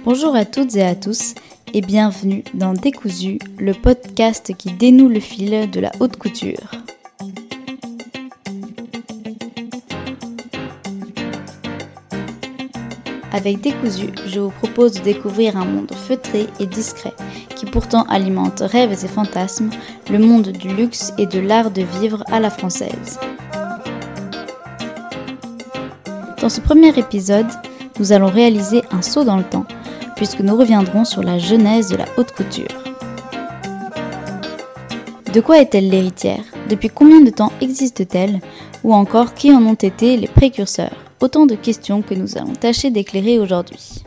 Bonjour à toutes et à tous et bienvenue dans Décousu, le podcast qui dénoue le fil de la haute couture. Avec Décousu, je vous propose de découvrir un monde feutré et discret qui pourtant alimente rêves et fantasmes, le monde du luxe et de l'art de vivre à la française. Dans ce premier épisode, nous allons réaliser un saut dans le temps, puisque nous reviendrons sur la genèse de la haute couture. De quoi est-elle l'héritière ? Depuis combien de temps existe-t-elle ? Ou encore, qui en ont été les précurseurs ? Autant de questions que nous allons tâcher d'éclairer aujourd'hui.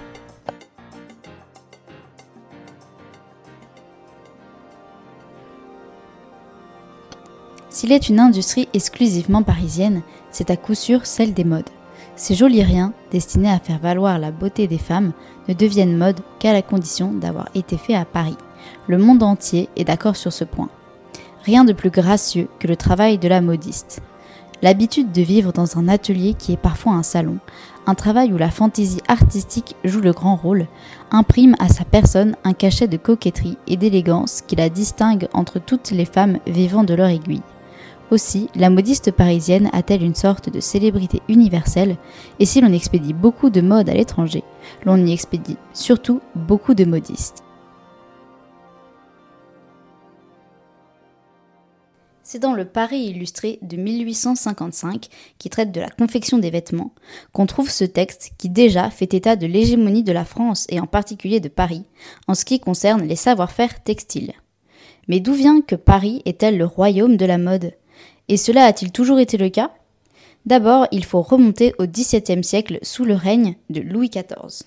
S'il est une industrie exclusivement parisienne, c'est à coup sûr celle des modes. Ces jolis riens, destinés à faire valoir la beauté des femmes, ne deviennent mode qu'à la condition d'avoir été faits à Paris. Le monde entier est d'accord sur ce point. Rien de plus gracieux que le travail de la modiste. L'habitude de vivre dans un atelier qui est parfois un salon, un travail où la fantaisie artistique joue le grand rôle, imprime à sa personne un cachet de coquetterie et d'élégance qui la distingue entre toutes les femmes vivant de leur aiguille. Aussi, la modiste parisienne a-t-elle une sorte de célébrité universelle, et si l'on expédie beaucoup de modes à l'étranger, l'on y expédie surtout beaucoup de modistes. C'est dans le Paris illustré de 1855, qui traite de la confection des vêtements, qu'on trouve ce texte qui déjà fait état de l'hégémonie de la France et en particulier de Paris, en ce qui concerne les savoir-faire textiles. Mais d'où vient que Paris est-elle le royaume de la mode ? Et cela a-t-il toujours été le cas ? D'abord, il faut remonter au XVIIe siècle sous le règne de Louis XIV.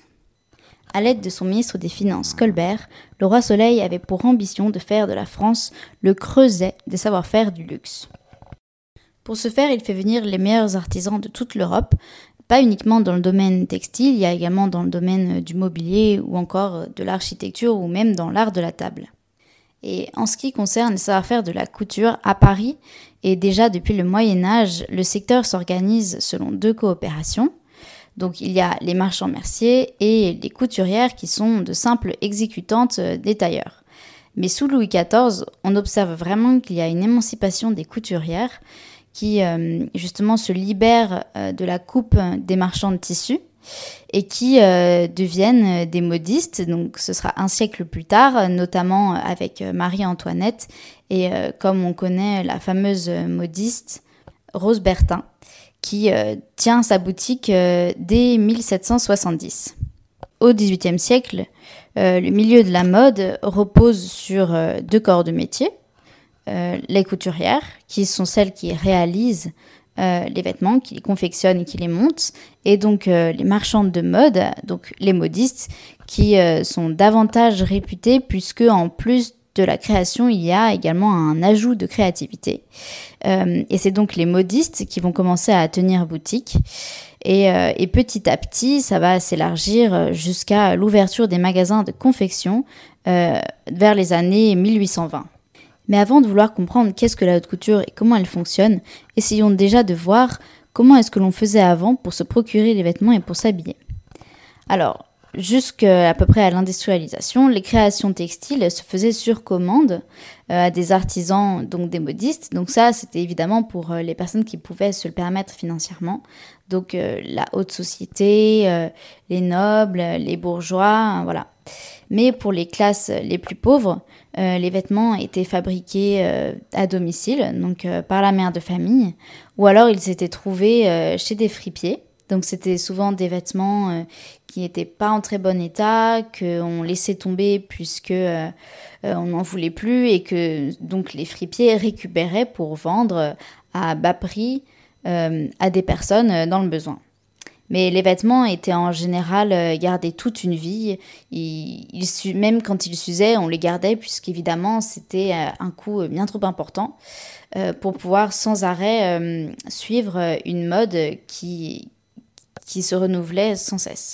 À l'aide de son ministre des Finances, Colbert, le roi Soleil avait pour ambition de faire de la France le creuset des savoir-faire du luxe. Pour ce faire, il fait venir les meilleurs artisans de toute l'Europe, pas uniquement dans le domaine textile, il y a également dans le domaine du mobilier ou encore de l'architecture ou même dans l'art de la table. Et en ce qui concerne le savoir-faire de la couture, à Paris, et déjà depuis le Moyen-Âge, le secteur s'organise selon deux coopérations. Donc il y a les marchands merciers et les couturières qui sont de simples exécutantes des tailleurs. Mais sous Louis XIV, on observe vraiment qu'il y a une émancipation des couturières qui justement se libèrent de la coupe des marchands de tissus et qui deviennent des modistes. Donc ce sera un siècle plus tard, notamment avec Marie-Antoinette et comme on connaît la fameuse modiste Rose Bertin, qui tient sa boutique dès 1770. Au XVIIIe siècle, le milieu de la mode repose sur deux corps de métier. Les couturières, qui sont celles qui réalisent les vêtements, qui les confectionnent et qui les montent, et donc les marchandes de mode, donc les modistes, qui sont davantage réputées puisque en plus de la création, il y a également un ajout de créativité. Et c'est donc les modistes qui vont commencer à tenir boutique. Et petit à petit, ça va s'élargir jusqu'à l'ouverture des magasins de confection vers les années 1820. Mais avant de vouloir comprendre qu'est-ce que la haute couture et comment elle fonctionne, essayons déjà de voir comment est-ce que l'on faisait avant pour se procurer les vêtements et pour s'habiller. Alors, jusqu'à peu près à l'industrialisation, les créations textiles se faisaient sur commande à des artisans, donc des modistes. Donc ça, c'était évidemment pour les personnes qui pouvaient se le permettre financièrement. Donc la haute société, les nobles, les bourgeois, voilà. Mais pour les classes les plus pauvres, les vêtements étaient fabriqués à domicile, donc par la mère de famille, ou alors ils étaient trouvés chez des fripiers. Donc c'était souvent des vêtements qui n'étaient pas en très bon état, qu'on laissait tomber puisque on n'en voulait plus et que donc les fripiers récupéraient pour vendre à bas prix à des personnes dans le besoin. Mais les vêtements étaient en général gardés toute une vie. Même quand ils s'usaient, on les gardait puisqu'évidemment c'était un coût bien trop important pour pouvoir sans arrêt suivre une mode qui se renouvelait sans cesse.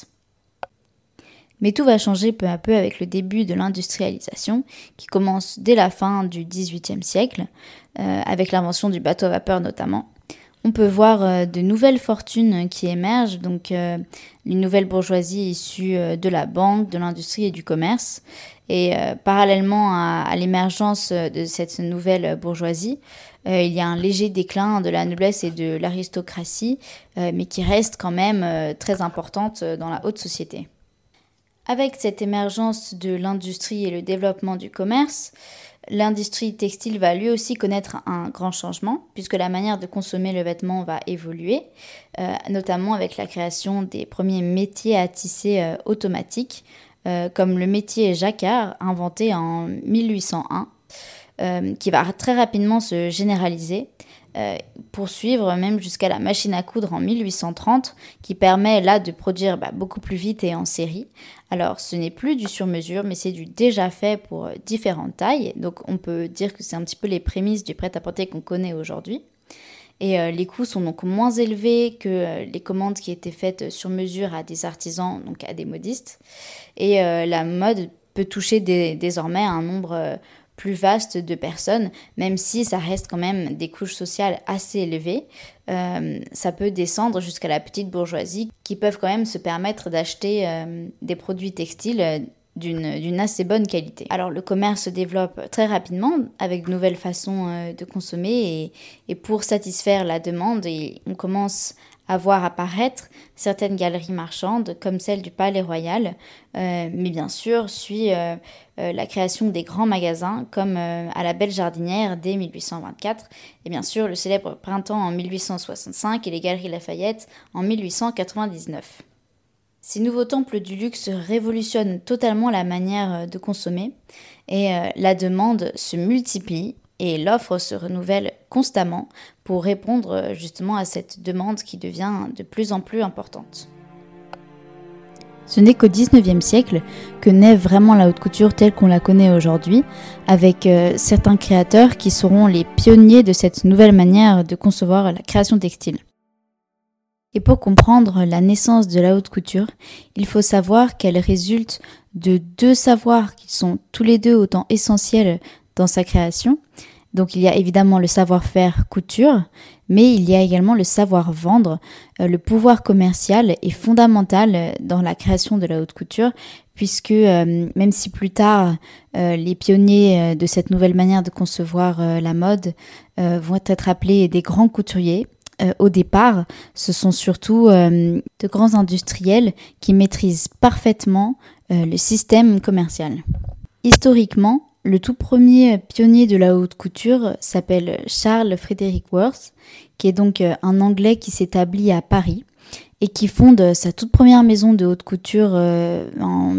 Mais tout va changer peu à peu avec le début de l'industrialisation, qui commence dès la fin du XVIIIe siècle, avec l'invention du bateau à vapeur notamment. On peut voir de nouvelles fortunes qui émergent, donc une nouvelle bourgeoisie issue de la banque, de l'industrie et du commerce. Et parallèlement à l'émergence de cette nouvelle bourgeoisie, il y a un léger déclin de la noblesse et de l'aristocratie, mais qui reste quand même très importante dans la haute société. Avec cette émergence de l'industrie et le développement du commerce, l'industrie textile va lui aussi connaître un grand changement, puisque la manière de consommer le vêtement va évoluer, notamment avec la création des premiers métiers à tisser automatiques, comme le métier jacquard, inventé en 1801, qui va très rapidement se généraliser, poursuivre même jusqu'à la machine à coudre en 1830, qui permet là de produire beaucoup plus vite et en série. Alors ce n'est plus du sur-mesure, mais c'est du déjà fait pour différentes tailles, donc on peut dire que c'est un petit peu les prémices du prêt-à-porter qu'on connaît aujourd'hui. Et les coûts sont donc moins élevés que les commandes qui étaient faites sur mesure à des artisans, donc à des modistes. Et la mode peut toucher désormais un nombre plus vaste de personnes, même si ça reste quand même des couches sociales assez élevées. Ça peut descendre jusqu'à la petite bourgeoisie qui peuvent quand même se permettre d'acheter des produits textiles d'une assez bonne qualité. Alors le commerce se développe très rapidement avec de nouvelles façons de consommer et pour satisfaire la demande, on commence à voir apparaître certaines galeries marchandes comme celle du Palais Royal, mais bien sûr suit la création des grands magasins comme à la Belle Jardinière dès 1824 et bien sûr le célèbre Printemps en 1865 et les Galeries Lafayette en 1899. Ces nouveaux temples du luxe révolutionnent totalement la manière de consommer et la demande se multiplie et l'offre se renouvelle constamment pour répondre justement à cette demande qui devient de plus en plus importante. Ce n'est qu'au XIXe siècle que naît vraiment la haute couture telle qu'on la connaît aujourd'hui, avec certains créateurs qui seront les pionniers de cette nouvelle manière de concevoir la création textile. Et pour comprendre la naissance de la haute couture, il faut savoir qu'elle résulte de deux savoirs qui sont tous les deux autant essentiels dans sa création. Donc il y a évidemment le savoir-faire couture, mais il y a également le savoir-vendre. Le pouvoir commercial est fondamental dans la création de la haute couture, puisque même si plus tard les pionniers de cette nouvelle manière de concevoir la mode vont être appelés des grands couturiers, au départ, ce sont surtout de grands industriels qui maîtrisent parfaitement le système commercial. Historiquement, le tout premier pionnier de la haute couture s'appelle Charles Frederick Worth, qui est donc un Anglais qui s'établit à Paris et qui fonde sa toute première maison de haute couture en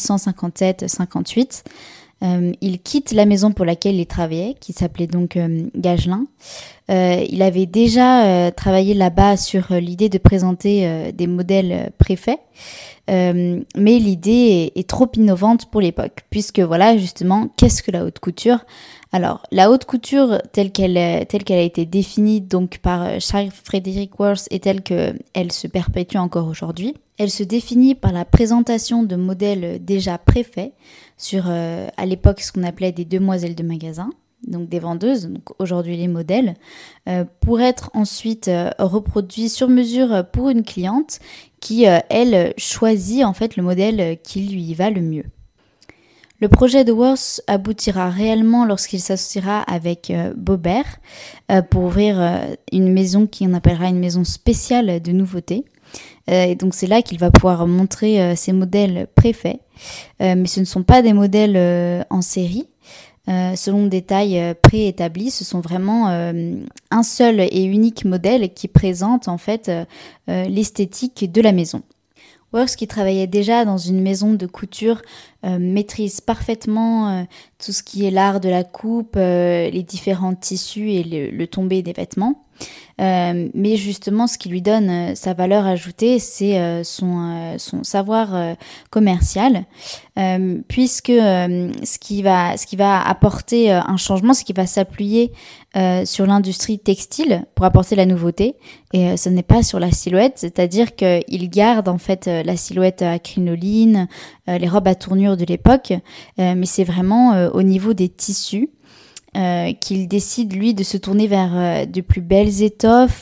1857-58. Il quitte la maison pour laquelle il travaillait, qui s'appelait donc Gagelin. Il avait déjà travaillé là-bas sur l'idée de présenter des modèles préfaits, mais l'idée est trop innovante pour l'époque, puisque voilà justement, qu'est-ce que la haute couture ? Alors, la haute couture telle qu'elle a été définie donc par Charles Frederick Worth et telle qu'elle se perpétue encore aujourd'hui, elle se définit par la présentation de modèles déjà préfaits sur, à l'époque, ce qu'on appelait des demoiselles de magasin, donc des vendeuses, donc aujourd'hui les modèles, pour être ensuite reproduits sur mesure pour une cliente qui, elle, choisit en fait le modèle qui lui va le mieux. Le projet de Worth aboutira réellement lorsqu'il s'associera avec Baubert pour ouvrir une maison qu'on appellera une maison spéciale de nouveautés. Et donc c'est là qu'il va pouvoir montrer ses modèles préfaits, mais ce ne sont pas des modèles en série. Selon des tailles préétablies, ce sont vraiment un seul et unique modèle qui présente en fait l'esthétique de la maison. Worth, qui travaillait déjà dans une maison de couture, maîtrise parfaitement tout ce qui est l'art de la coupe, les différents tissus et le tombé des vêtements. Mais justement, ce qui lui donne sa valeur ajoutée, c'est son savoir commercial, puisque ce qui va apporter un changement, c'est qu'il va s'appuyer sur l'industrie textile pour apporter la nouveauté, et ce n'est pas sur la silhouette, c'est-à-dire qu'il garde en fait la silhouette à crinoline, les robes à tournure de l'époque, mais c'est vraiment au niveau des tissus qu'il décide, lui, de se tourner vers de plus belles étoffes,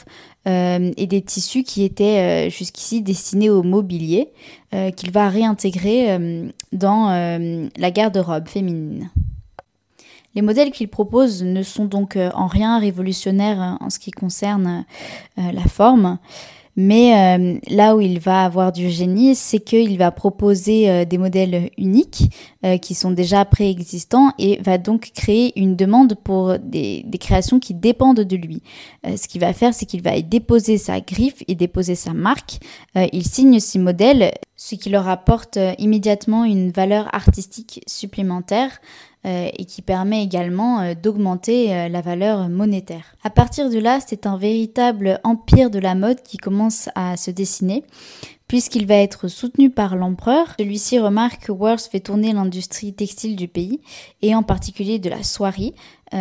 et des tissus qui étaient jusqu'ici destinés au mobilier, qu'il va réintégrer dans la garde-robe féminine. Les modèles qu'il propose ne sont donc en rien révolutionnaires en ce qui concerne la forme, mais là où il va avoir du génie, c'est qu'il va proposer des modèles uniques qui sont déjà préexistants et va donc créer une demande pour des créations qui dépendent de lui. Ce qu'il va faire, c'est qu'il va y déposer sa griffe et déposer sa marque. Il signe ces modèles, ce qui leur apporte immédiatement une valeur artistique supplémentaire et qui permet également d'augmenter la valeur monétaire. À partir de là, c'est un véritable empire de la mode qui commence à se dessiner, puisqu'il va être soutenu par l'empereur. Celui-ci remarque que Worth fait tourner l'industrie textile du pays, et en particulier de la soierie.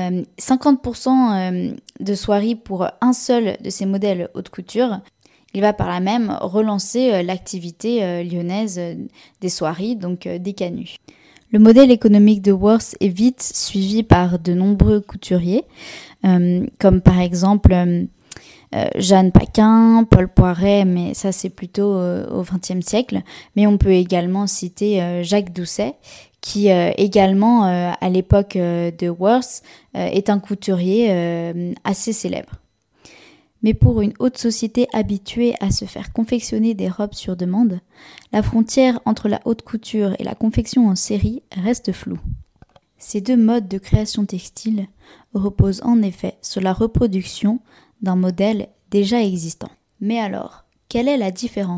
50% de soierie pour un seul de ses modèles haute couture. Il va par là même relancer l'activité lyonnaise des soieries, donc des canuts. Le modèle économique de Worth est vite suivi par de nombreux couturiers, comme par exemple Jeanne Paquin, Paul Poiret, mais ça c'est plutôt au XXe siècle. Mais on peut également citer Jacques Doucet, qui également, à l'époque de Worth, est un couturier assez célèbre. Mais pour une haute société habituée à se faire confectionner des robes sur demande, la frontière entre la haute couture et la confection en série reste floue. Ces deux modes de création textile reposent en effet sur la reproduction d'un modèle déjà existant. Mais alors, quelle est la différence ?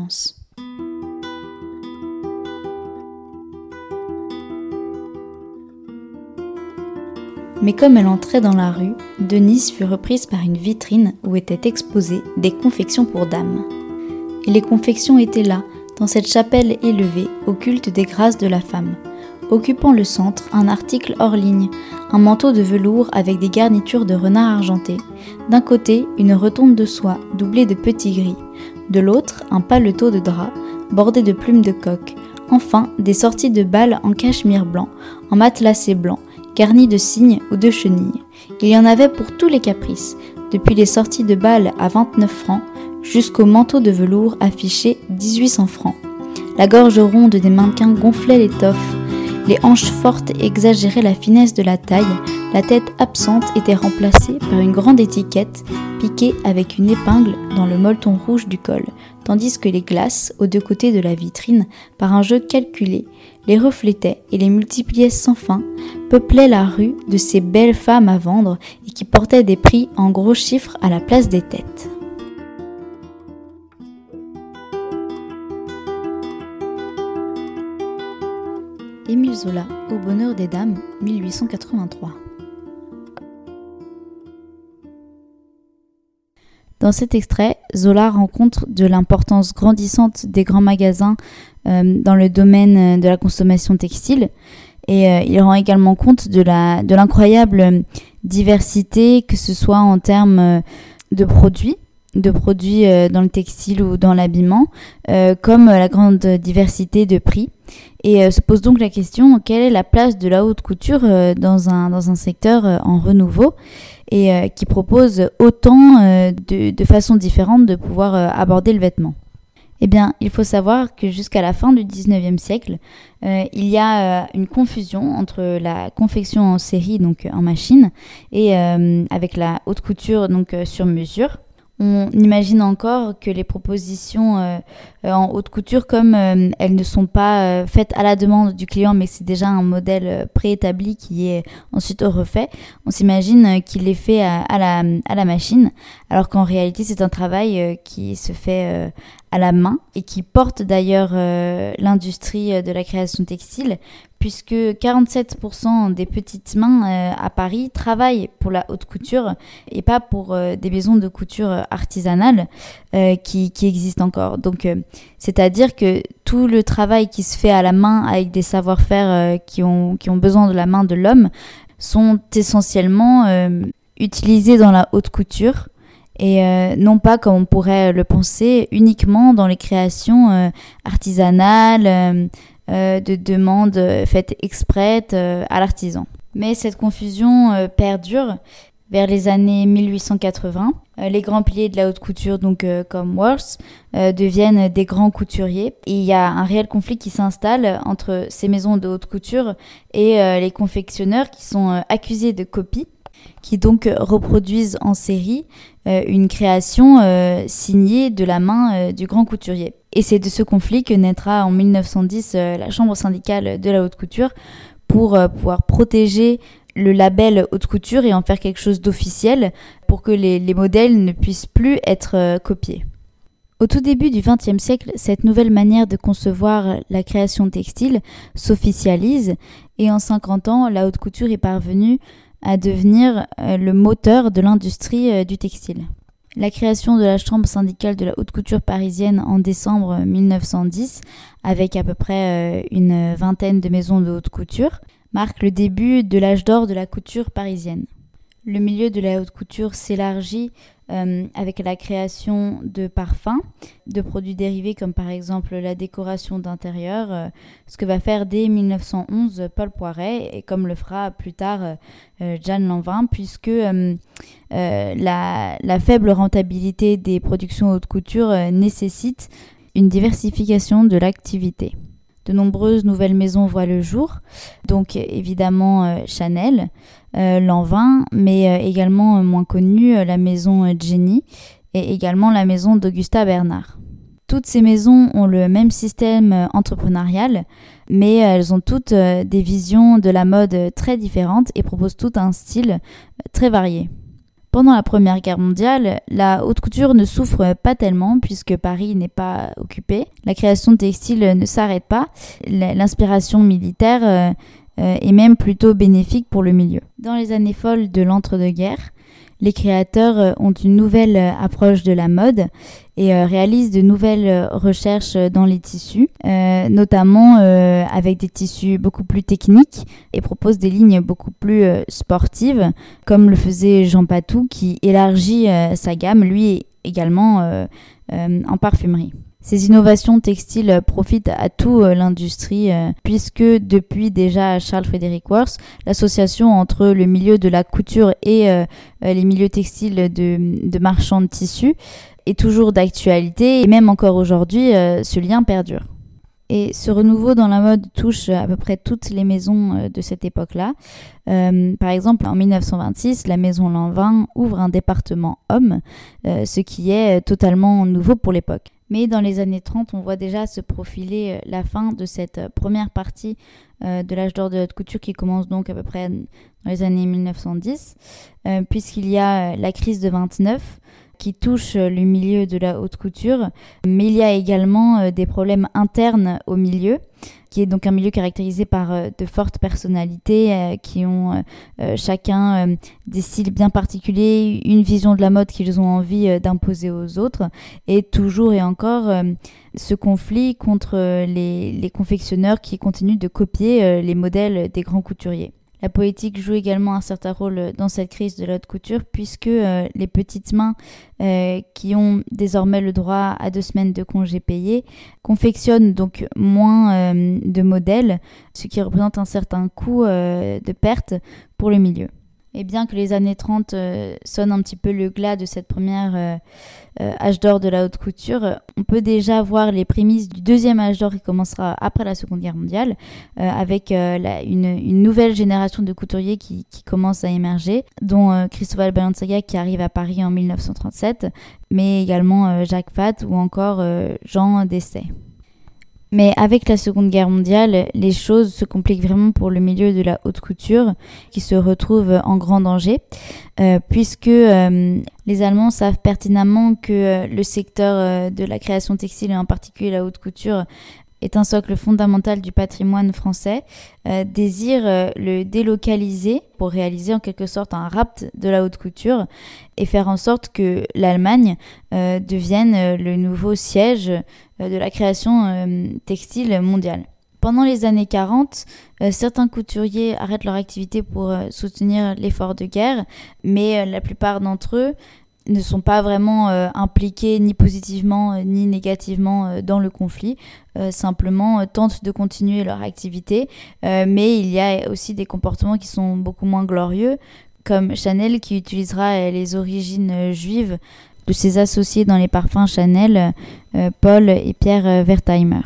Mais comme elle entrait dans la rue, Denise fut reprise par une vitrine où étaient exposées des confections pour dames. Et les confections étaient là, dans cette chapelle élevée au culte des grâces de la femme. Occupant le centre, un article hors ligne, un manteau de velours avec des garnitures de renard argenté. D'un côté, une rotonde de soie doublée de petits gris. De l'autre, un paletot de drap bordé de plumes de coq. Enfin, des sorties de bal en cachemire blanc, en matelassé blanc, garni de cygnes ou de chenilles. Il y en avait pour tous les caprices, depuis les sorties de bal à 29 francs jusqu'au manteau de velours affiché 1800 francs. La gorge ronde des mannequins gonflait l'étoffe, les hanches fortes exagéraient la finesse de la taille, la tête absente était remplacée par une grande étiquette piquée avec une épingle dans le molleton rouge du col, tandis que les glaces, aux deux côtés de la vitrine, par un jeu calculé, les reflétaient et les multipliaient sans fin, peuplaient la rue de ces belles femmes à vendre et qui portaient des prix en gros chiffres à la place des têtes. Émile Zola, Au bonheur des dames, 1883. Dans cet extrait, Zola rend compte de l'importance grandissante des grands magasins dans le domaine de la consommation textile et il rend également compte de l'incroyable diversité, que ce soit en termes de produits dans le textile ou dans l'habillement, comme la grande diversité de prix. Et se pose donc la question, quelle est la place de la haute couture dans un secteur en renouveau et qui propose autant de façons différentes de pouvoir aborder le vêtement. Eh bien, il faut savoir que jusqu'à la fin du 19e siècle, il y a une confusion entre la confection en série, donc en machine, et avec la haute couture, donc sur mesure. On imagine encore que les propositions en haute couture, comme elles ne sont pas faites à la demande du client, mais c'est déjà un modèle préétabli qui est ensuite refait, on s'imagine qu'il est fait à la machine, alors qu'en réalité c'est un travail qui se fait à la main et qui porte d'ailleurs l'industrie de la création textile, puisque 47% des petites mains à Paris travaillent pour la haute couture et pas pour des maisons de couture artisanales qui existent encore. Donc, c'est-à-dire que tout le travail qui se fait à la main avec des savoir-faire qui ont besoin de la main de l'homme sont essentiellement utilisés dans la haute couture et non pas, comme on pourrait le penser, uniquement dans les créations artisanales, de demandes faites exprès à l'artisan. Mais cette confusion perdure Vers les années 1880, les grands piliers de la haute couture, donc comme Worth, deviennent des grands couturiers. Et il y a un réel conflit qui s'installe entre ces maisons de haute couture et les confectionneurs qui sont accusés de copie, qui donc reproduisent en série une création signée de la main du grand couturier. Et c'est de ce conflit que naîtra en 1910 la Chambre syndicale de la haute couture pour pouvoir protéger le label haute couture et en faire quelque chose d'officiel pour que les modèles ne puissent plus être copiés. Au tout début du XXe siècle, cette nouvelle manière de concevoir la création textile s'officialise et en 50 ans, la haute couture est parvenue à devenir le moteur de l'industrie du textile. La création de la Chambre syndicale de la haute couture parisienne en décembre 1910, avec à peu près une vingtaine de maisons de haute couture, marque le début de l'âge d'or de la couture parisienne. Le milieu de la haute couture s'élargit avec la création de parfums, de produits dérivés comme par exemple la décoration d'intérieur, ce que va faire dès 1911 Paul Poiret et comme le fera plus tard Jeanne Lanvin, puisque la faible rentabilité des productions haute couture nécessite une diversification de l'activité. De nombreuses nouvelles maisons voient le jour, donc évidemment Chanel, Lanvin, mais également moins connue la maison Jenny et également la maison d'Augusta Bernard. Toutes ces maisons ont le même système entrepreneurial, mais elles ont toutes des visions de la mode très différentes et proposent toutes un style très varié. Pendant la Première Guerre mondiale, la haute couture ne souffre pas tellement puisque Paris n'est pas occupé. La création de textile ne s'arrête pas. L'inspiration militaire est même plutôt bénéfique pour le milieu. Dans les années folles de l'entre-deux-guerres, les créateurs ont une nouvelle approche de la mode et réalisent de nouvelles recherches dans les tissus, notamment avec des tissus beaucoup plus techniques et proposent des lignes beaucoup plus sportives, comme le faisait Jean Patou qui élargit sa gamme, lui également en parfumerie. Ces innovations textiles profitent à toute l'industrie puisque depuis déjà Charles Frederick Worth, l'association entre le milieu de la couture et les milieux textiles de marchands de tissus est toujours d'actualité et même encore aujourd'hui, ce lien perdure. Et ce renouveau dans la mode touche à peu près toutes les maisons de cette époque-là. Par exemple, en 1926, la maison Lanvin ouvre un département hommes, ce qui est totalement nouveau pour l'époque. Mais dans les années 30, on voit déjà se profiler la fin de cette première partie de l'âge d'or de la haute couture qui commence donc à peu près dans les années 1910, puisqu'il y a la crise de 29 qui touche le milieu de la haute couture, mais il y a également des problèmes internes au milieu, qui est donc un milieu caractérisé par de fortes personnalités qui ont chacun des styles bien particuliers, une vision de la mode qu'ils ont envie d'imposer aux autres, et toujours et encore ce conflit contre les confectionneurs qui continuent de copier les modèles des grands couturiers. La politique joue également un certain rôle dans cette crise de la haute couture puisque les petites mains qui ont désormais le droit à 2 semaines de congés payés confectionnent donc moins de modèles, ce qui représente un certain coût de perte pour le milieu. Et bien que les années 30 sonnent un petit peu le glas de cette première âge d'or de la haute couture, on peut déjà voir les prémices du deuxième âge d'or qui commencera après la Seconde Guerre mondiale, avec une nouvelle génération de couturiers qui commence à émerger, dont Cristóbal Balenciaga qui arrive à Paris en 1937, mais également Jacques Fath ou encore Jean Dessay. Mais avec la Seconde Guerre mondiale, les choses se compliquent vraiment pour le milieu de la haute couture qui se retrouve en grand danger puisque les Allemands savent pertinemment que le secteur de la création textile et en particulier la haute couture est un socle fondamental du patrimoine français, désirent le délocaliser pour réaliser en quelque sorte un rapt de la haute couture et faire en sorte que l'Allemagne devienne le nouveau siège de la création textile mondiale. Pendant les années 40, certains couturiers arrêtent leur activité pour soutenir l'effort de guerre, mais la plupart d'entre eux ne sont pas vraiment impliqués ni positivement ni négativement dans le conflit, simplement tentent de continuer leur activité, mais il y a aussi des comportements qui sont beaucoup moins glorieux, comme Chanel qui utilisera les origines juives de ses associés dans les parfums Chanel, Paul et Pierre Wertheimer.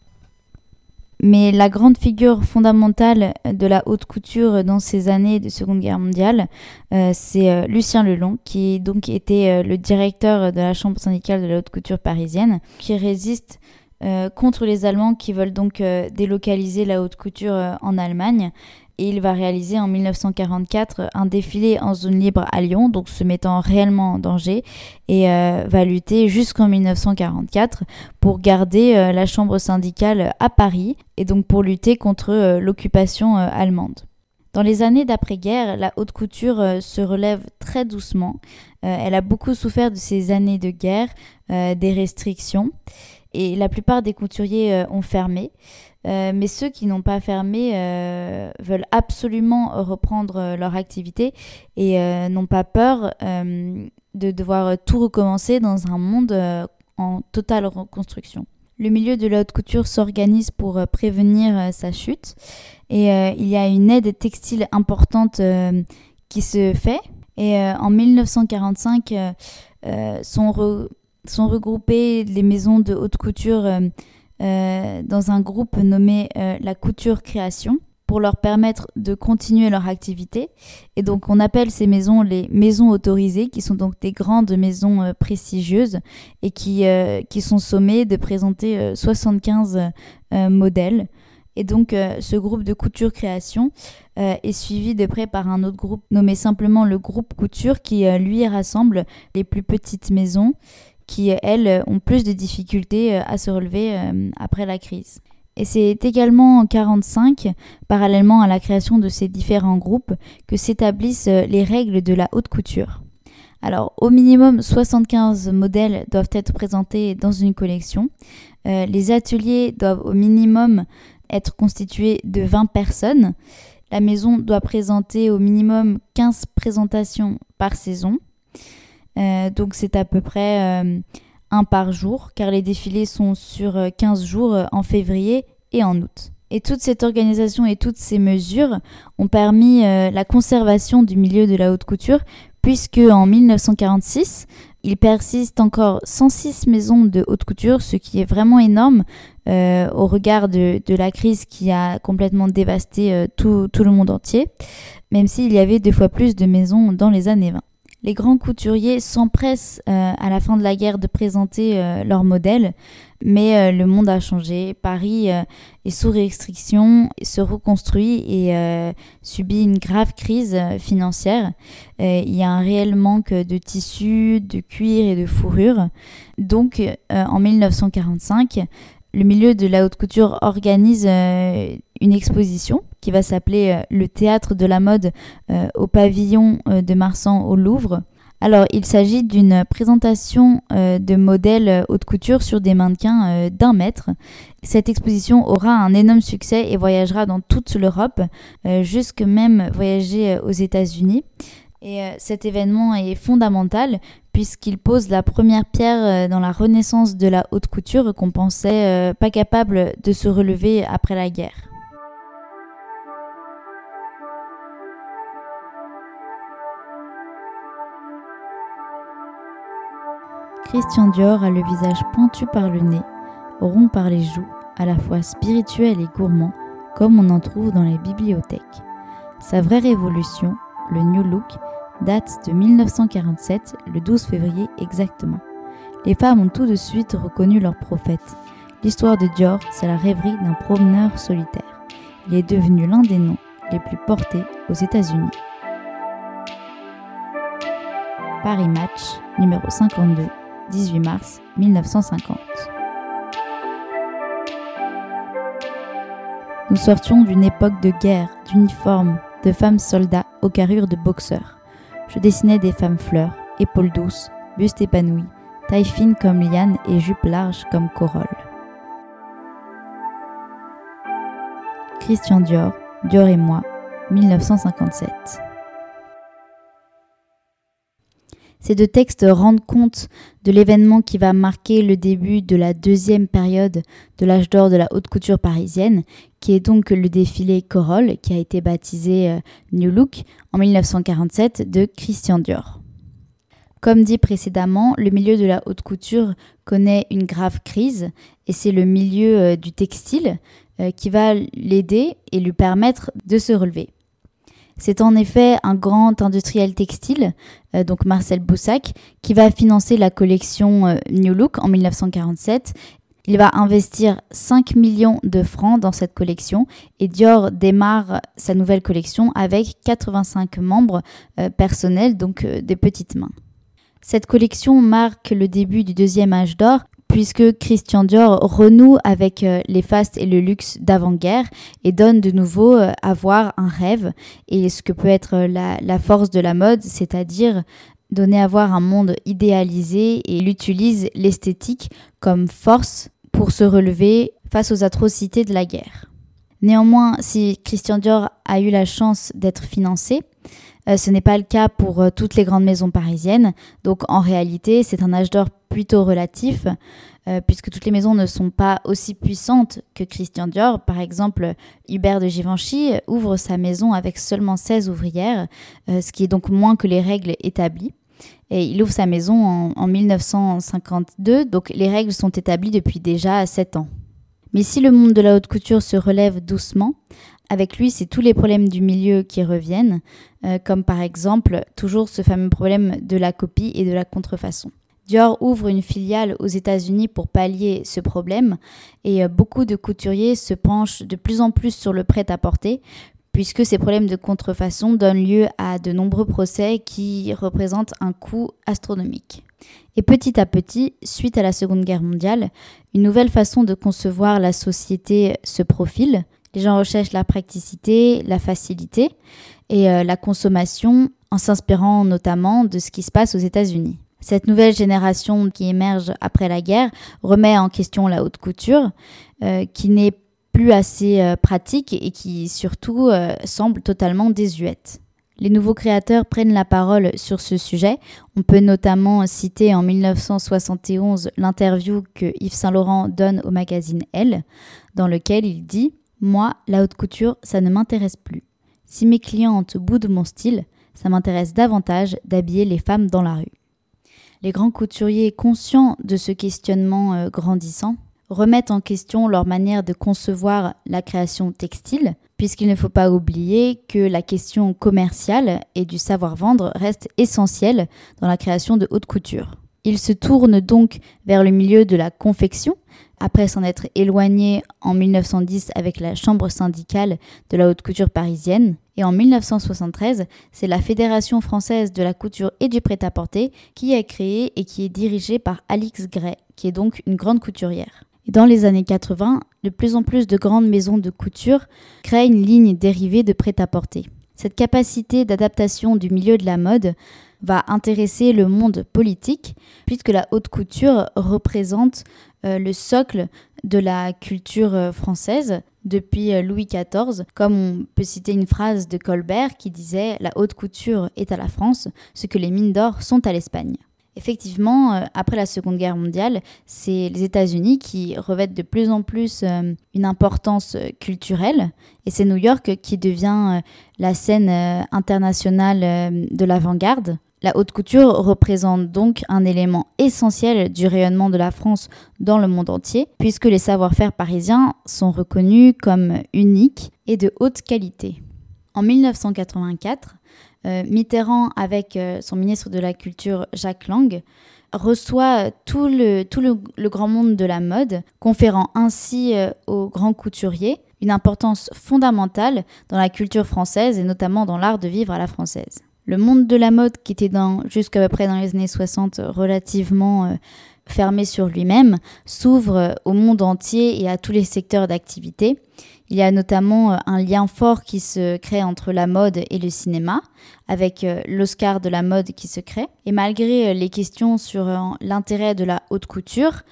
Mais la grande figure fondamentale de la haute couture dans ces années de Seconde Guerre mondiale, c'est Lucien Lelong, qui donc était le directeur de la chambre syndicale de la haute couture parisienne, qui résiste contre les Allemands qui veulent donc délocaliser la haute couture en Allemagne. Et il va réaliser en 1944 un défilé en zone libre à Lyon, donc se mettant réellement en danger, et va lutter jusqu'en 1944 pour garder la chambre syndicale à Paris, et donc pour lutter contre l'occupation allemande. Dans les années d'après-guerre, la haute couture se relève très doucement. Elle a beaucoup souffert de ces années de guerre, des restrictions, et la plupart des couturiers ont fermé. Mais ceux qui n'ont pas fermé veulent absolument reprendre leur activité et n'ont pas peur de devoir tout recommencer dans un monde en totale reconstruction. Le milieu de la haute couture s'organise pour prévenir sa chute et il y a une aide textile importante qui se fait. Et en 1945, sont regroupées les maisons de haute couture dans un groupe nommé la Couture Création pour leur permettre de continuer leur activité. Et donc on appelle ces maisons les maisons autorisées, qui sont donc des grandes maisons prestigieuses et qui sont sommées de présenter 75 modèles. Et donc ce groupe de Couture Création est suivi de près par un autre groupe nommé simplement le groupe Couture qui lui rassemble les plus petites maisons qui, elles, ont plus de difficultés à se relever après la crise. Et c'est également en 1945, parallèlement à la création de ces différents groupes, que s'établissent les règles de la haute couture. Alors, au minimum, 75 modèles doivent être présentés dans une collection. Les ateliers doivent au minimum être constitués de 20 personnes. La maison doit présenter au minimum 15 présentations par saison. Donc c'est à peu près un par jour, car les défilés sont sur 15 jours en février et en août. Et toute cette organisation et toutes ces mesures ont permis la conservation du milieu de la haute couture, puisque en 1946, il persiste encore 106 maisons de haute couture, ce qui est vraiment énorme au regard de la crise qui a complètement dévasté tout le monde entier, même s'il y avait 2 fois plus de maisons dans les années 20. Les grands couturiers s'empressent à la fin de la guerre de présenter leurs modèles, mais le monde a changé. Paris est sous restriction, se reconstruit et subit une grave crise financière. Il y a un réel manque de tissus, de cuir et de fourrure. Donc, en 1945, le milieu de la haute couture organise une exposition qui va s'appeler le Théâtre de la mode au pavillon de Marsan au Louvre. Alors, il s'agit d'une présentation de modèles haute couture sur des mannequins d'1 mètre. Cette exposition aura un énorme succès et voyagera dans toute l'Europe, jusque même voyager aux États-Unis. Et cet événement est fondamental puisqu'il pose la première pierre dans la renaissance de la haute couture qu'on pensait pas capable de se relever après la guerre. Christian Dior a le visage pointu par le nez, rond par les joues, à la fois spirituel et gourmand, comme on en trouve dans les bibliothèques. Sa vraie révolution, le New Look, date de 1947, le 12 février exactement. Les femmes ont tout de suite reconnu leur prophète. L'histoire de Dior, c'est la rêverie d'un promeneur solitaire. Il est devenu l'un des noms les plus portés aux États-Unis. Paris Match, numéro 52, 18 mars 1950. Nous sortions d'une époque de guerre, d'uniformes, de femmes soldats aux carrures de boxeurs. Je dessinais des femmes fleurs, épaules douces, buste épanoui, taille fine comme liane et jupe large comme corolle. Christian Dior, Dior et moi, 1957. Ces deux textes rendent compte de l'événement qui va marquer le début de la deuxième période de l'âge d'or de la haute couture parisienne, qui est donc le défilé Corolle, qui a été baptisé New Look en 1947 de Christian Dior. Comme dit précédemment, le milieu de la haute couture connaît une grave crise et c'est le milieu du textile qui va l'aider et lui permettre de se relever. C'est en effet un grand industriel textile, donc Marcel Boussac, qui va financer la collection New Look en 1947. Il va investir 5 millions de francs dans cette collection et Dior démarre sa nouvelle collection avec 85 membres personnels, donc des petites mains. Cette collection marque le début du deuxième âge d'or, puisque Christian Dior renoue avec les fastes et le luxe d'avant-guerre et donne de nouveau à voir un rêve et ce que peut être la force de la mode, c'est-à-dire donner à voir un monde idéalisé, et il utilise l'esthétique comme force pour se relever face aux atrocités de la guerre. Néanmoins, si Christian Dior a eu la chance d'être financé, ce n'est pas le cas pour toutes les grandes maisons parisiennes. Donc en réalité, c'est un âge d'or plutôt relatif, puisque toutes les maisons ne sont pas aussi puissantes que Christian Dior. Par exemple, Hubert de Givenchy ouvre sa maison avec seulement 16 ouvrières, ce qui est donc moins que les règles établies. Et il ouvre sa maison en 1952, donc les règles sont établies depuis déjà 7 ans. Mais si le monde de la haute couture se relève doucement, avec lui, c'est tous les problèmes du milieu qui reviennent, comme par exemple toujours ce fameux problème de la copie et de la contrefaçon. Dior ouvre une filiale aux États-Unis pour pallier ce problème et beaucoup de couturiers se penchent de plus en plus sur le prêt-à-porter, puisque ces problèmes de contrefaçon donnent lieu à de nombreux procès qui représentent un coût astronomique. Et petit à petit, suite à la Seconde Guerre mondiale, une nouvelle façon de concevoir la société se profile. Les gens recherchent la praticité, la facilité et la consommation en s'inspirant notamment de ce qui se passe aux États-Unis. Cette nouvelle génération qui émerge après la guerre remet en question la haute couture, qui n'est plus assez pratique et qui surtout semble totalement désuète. Les nouveaux créateurs prennent la parole sur ce sujet. On peut notamment citer en 1971 l'interview que Yves Saint Laurent donne au magazine Elle, dans lequel il dit « Moi, la haute couture, ça ne m'intéresse plus. Si mes clientes boudent mon style, ça m'intéresse davantage d'habiller les femmes dans la rue. » Les grands couturiers, conscients de ce questionnement grandissant, remettent en question leur manière de concevoir la création textile, puisqu'il ne faut pas oublier que la question commerciale et du savoir-vendre reste essentielle dans la création de haute couture. Ils se tournent donc vers le milieu de la confection, après s'en être éloignés en 1910 avec la chambre syndicale de la haute couture parisienne. Et en 1973, c'est la Fédération française de la couture et du prêt-à-porter qui est créée et qui est dirigée par Alix Gray, qui est donc une grande couturière. Et dans les années 80, de plus en plus de grandes maisons de couture créent une ligne dérivée de prêt-à-porter. Cette capacité d'adaptation du milieu de la mode va intéresser le monde politique, puisque la haute couture représente le socle de la culture française depuis Louis XIV. Comme on peut citer une phrase de Colbert qui disait « La haute couture est à la France ce que les mines d'or sont à l'Espagne ». Effectivement, après la Seconde Guerre mondiale, c'est les États-Unis qui revêtent de plus en plus une importance culturelle et c'est New York qui devient la scène internationale de l'avant-garde. La haute couture représente donc un élément essentiel du rayonnement de la France dans le monde entier, puisque les savoir-faire parisiens sont reconnus comme uniques et de haute qualité. En 1984, Mitterrand, avec son ministre de la Culture Jacques Lang, reçoit tout le grand monde de la mode, conférant ainsi aux grands couturiers une importance fondamentale dans la culture française et notamment dans l'art de vivre à la française. Le monde de la mode, qui était jusqu'à peu près dans les années 60 relativement fermé sur lui-même, s'ouvre au monde entier et à tous les secteurs d'activité. Il y a notamment un lien fort qui se crée entre la mode et le cinéma, avec l'Oscar de la mode qui se crée. Et malgré les questions sur l'intérêt de la haute couture,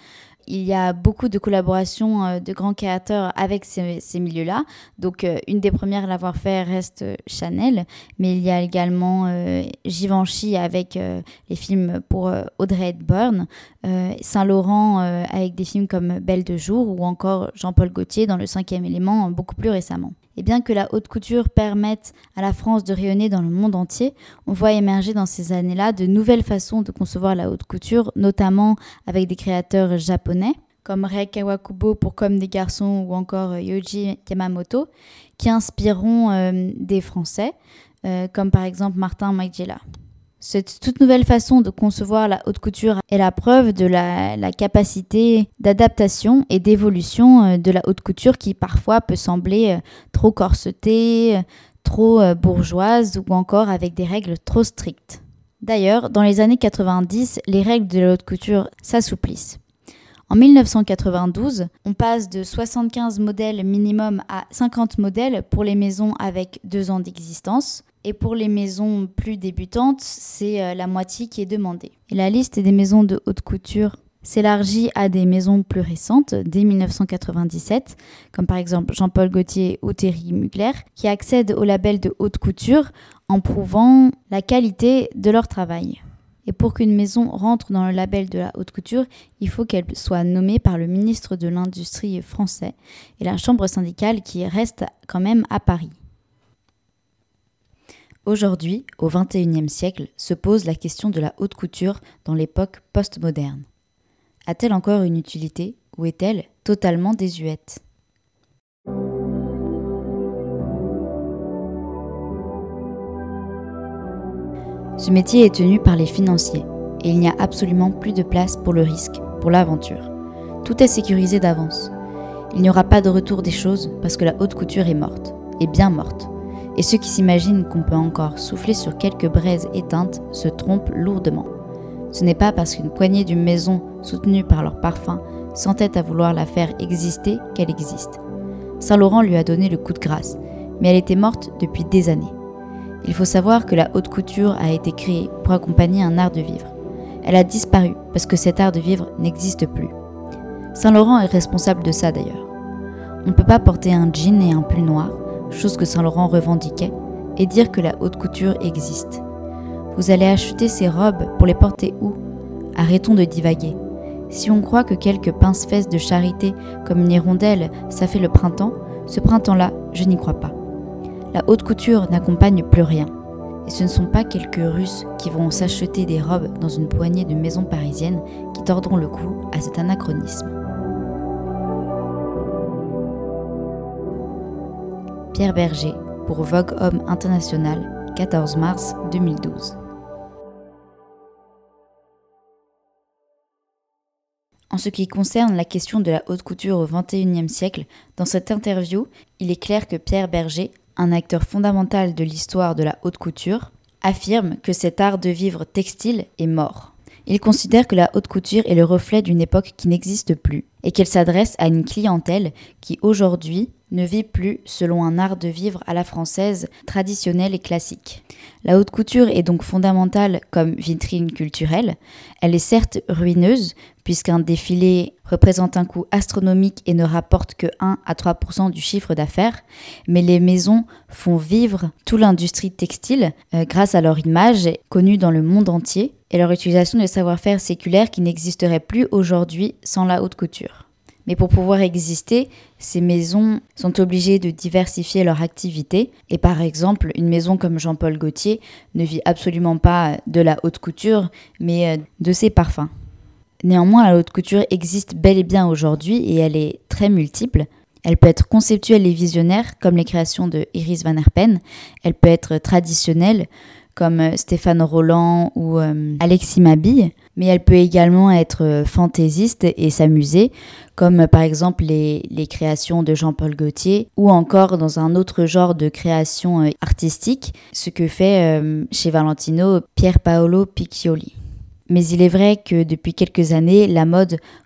Il y a beaucoup de collaborations de grands créateurs avec ces milieux-là. Donc, une des premières à l'avoir fait reste Chanel, mais il y a également Givenchy avec les films pour Audrey Hepburn, Saint-Laurent avec des films comme Belle de jour ou encore Jean-Paul Gaultier dans Le Cinquième élément beaucoup plus récemment. Et bien que la haute couture permette à la France de rayonner dans le monde entier, on voit émerger dans ces années-là de nouvelles façons de concevoir la haute couture, notamment avec des créateurs japonais, comme Rei Kawakubo pour Comme des garçons ou encore Yohji Yamamoto, qui inspireront des Français, comme par exemple Martin Margiela. Cette toute nouvelle façon de concevoir la haute couture est la preuve de la capacité d'adaptation et d'évolution de la haute couture qui parfois peut sembler trop corsetée, trop bourgeoise ou encore avec des règles trop strictes. D'ailleurs, dans les années 90, les règles de la haute couture s'assouplissent. En 1992, on passe de 75 modèles minimum à 50 modèles pour les maisons avec 2 ans d'existence. Et pour les maisons plus débutantes, c'est la moitié qui est demandée. Et la liste des maisons de haute couture s'élargit à des maisons plus récentes, dès 1997, comme par exemple Jean-Paul Gaultier ou Thierry Mugler, qui accèdent au label de haute couture en prouvant la qualité de leur travail. Et pour qu'une maison rentre dans le label de la haute couture, il faut qu'elle soit nommée par le ministre de l'Industrie français et la chambre syndicale qui reste quand même à Paris. Aujourd'hui, au XXIe siècle, se pose la question de la haute couture dans l'époque postmoderne. A-t-elle encore une utilité ou est-elle totalement désuète ? Ce métier est tenu par les financiers et il n'y a absolument plus de place pour le risque, pour l'aventure. Tout est sécurisé d'avance. Il n'y aura pas de retour des choses parce que la haute couture est morte, et bien morte. Et ceux qui s'imaginent qu'on peut encore souffler sur quelques braises éteintes se trompent lourdement. Ce n'est pas parce qu'une poignée d'une maison soutenue par leur parfum s'entête à vouloir la faire exister qu'elle existe. Saint-Laurent lui a donné le coup de grâce, mais elle était morte depuis des années. Il faut savoir que la haute couture a été créée pour accompagner un art de vivre. Elle a disparu parce que cet art de vivre n'existe plus. Saint-Laurent est responsable de ça d'ailleurs. On ne peut pas porter un jean et un pull noir, chose que Saint-Laurent revendiquait, et dire que la haute couture existe. Vous allez acheter ces robes pour les porter où ? Arrêtons de divaguer. Si on croit que quelques pince-fesses de charité comme une hirondelle, ça fait le printemps, ce printemps-là, je n'y crois pas. La haute couture n'accompagne plus rien. Et ce ne sont pas quelques Russes qui vont s'acheter des robes dans une poignée de maisons parisiennes qui tordront le cou à cet anachronisme. Pierre Berger, pour Vogue Homme International, 14 mars 2012. En ce qui concerne la question de la haute couture au XXIe siècle, dans cette interview, il est clair que Pierre Berger, un acteur fondamental de l'histoire de la haute couture, affirme que cet art de vivre textile est mort. Il considère que la haute couture est le reflet d'une époque qui n'existe plus et qu'elle s'adresse à une clientèle qui aujourd'hui ne vit plus selon un art de vivre à la française traditionnel et classique. La haute couture est donc fondamentale comme vitrine culturelle. Elle est certes ruineuse, puisqu'un défilé représente un coût astronomique et ne rapporte que 1 à 3% du chiffre d'affaires, mais les maisons font vivre toute l'industrie textile grâce à leur image connue dans le monde entier et leur utilisation de savoir-faire séculaire qui n'existerait plus aujourd'hui sans la haute couture. Mais pour pouvoir exister, ces maisons sont obligées de diversifier leur activité. Et par exemple, une maison comme Jean-Paul Gaultier ne vit absolument pas de la haute couture, mais de ses parfums. Néanmoins, la haute couture existe bel et bien aujourd'hui et elle est très multiple. Elle peut être conceptuelle et visionnaire, comme les créations de Iris Van Herpen. Elle peut être traditionnelle, comme Stéphane Roland ou Alexis Mabille, mais elle peut également être fantaisiste et s'amuser, comme par exemple les créations de Jean-Paul Gaultier, ou encore dans un autre genre de création artistique, ce que fait chez Valentino Pier Paolo Piccioli. Mais il est vrai que depuis quelques années, la mode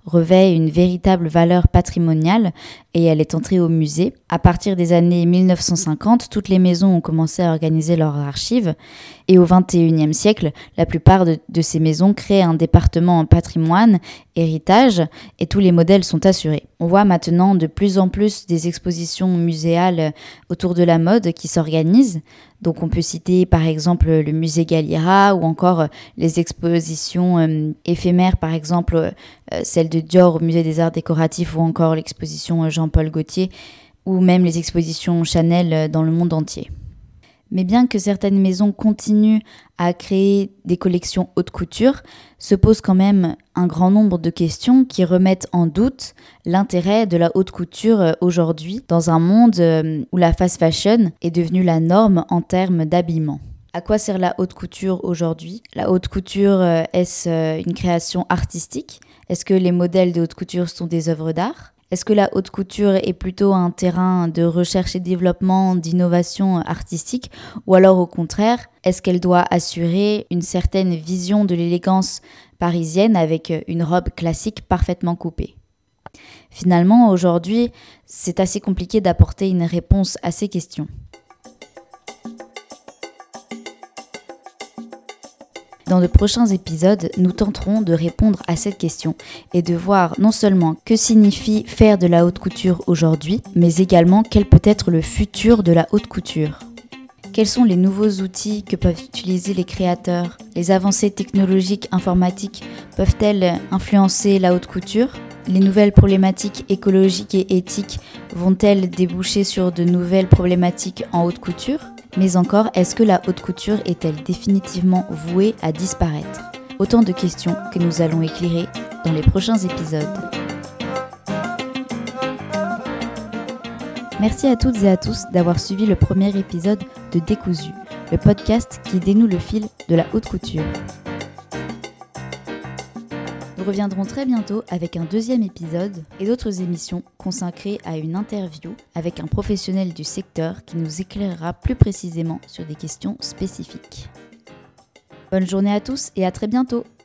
revêt une véritable valeur patrimoniale et elle est entrée au musée. À partir des années 1950, toutes les maisons ont commencé à organiser leurs archives et au XXIe siècle, la plupart de ces maisons créent un département en patrimoine, héritage et tous les modèles sont assurés. On voit maintenant de plus en plus des expositions muséales autour de la mode qui s'organisent. Donc on peut citer par exemple le musée Galliera ou encore les expositions éphémères, par exemple celle de Dior au musée des arts décoratifs ou encore l'exposition Jean-Paul Gaultier ou même les expositions Chanel dans le monde entier. Mais bien que certaines maisons continuent à créer des collections haute couture, se posent quand même un grand nombre de questions qui remettent en doute l'intérêt de la haute couture aujourd'hui dans un monde où la fast fashion est devenue la norme en termes d'habillement. À quoi sert la haute couture aujourd'hui ? La haute couture, est-ce une création artistique ? Est-ce que les modèles de haute couture sont des œuvres d'art ? Est-ce que la haute couture est plutôt un terrain de recherche et développement, d'innovation artistique ? Ou alors au contraire, est-ce qu'elle doit assurer une certaine vision de l'élégance parisienne avec une robe classique parfaitement coupée ? Finalement, aujourd'hui, c'est assez compliqué d'apporter une réponse à ces questions. Dans de prochains épisodes, nous tenterons de répondre à cette question et de voir non seulement que signifie faire de la haute couture aujourd'hui, mais également quel peut être le futur de la haute couture. Quels sont les nouveaux outils que peuvent utiliser les créateurs ? Les avancées technologiques informatiques peuvent-elles influencer la haute couture ? Les nouvelles problématiques écologiques et éthiques vont-elles déboucher sur de nouvelles problématiques en haute couture ? Mais encore, est-ce que la haute couture est-elle définitivement vouée à disparaître ? Autant de questions que nous allons éclairer dans les prochains épisodes. Merci à toutes et à tous d'avoir suivi le premier épisode de Décousu, le podcast qui dénoue le fil de la haute couture. Nous reviendrons très bientôt avec un deuxième épisode et d'autres émissions consacrées à une interview avec un professionnel du secteur qui nous éclairera plus précisément sur des questions spécifiques. Bonne journée à tous et à très bientôt!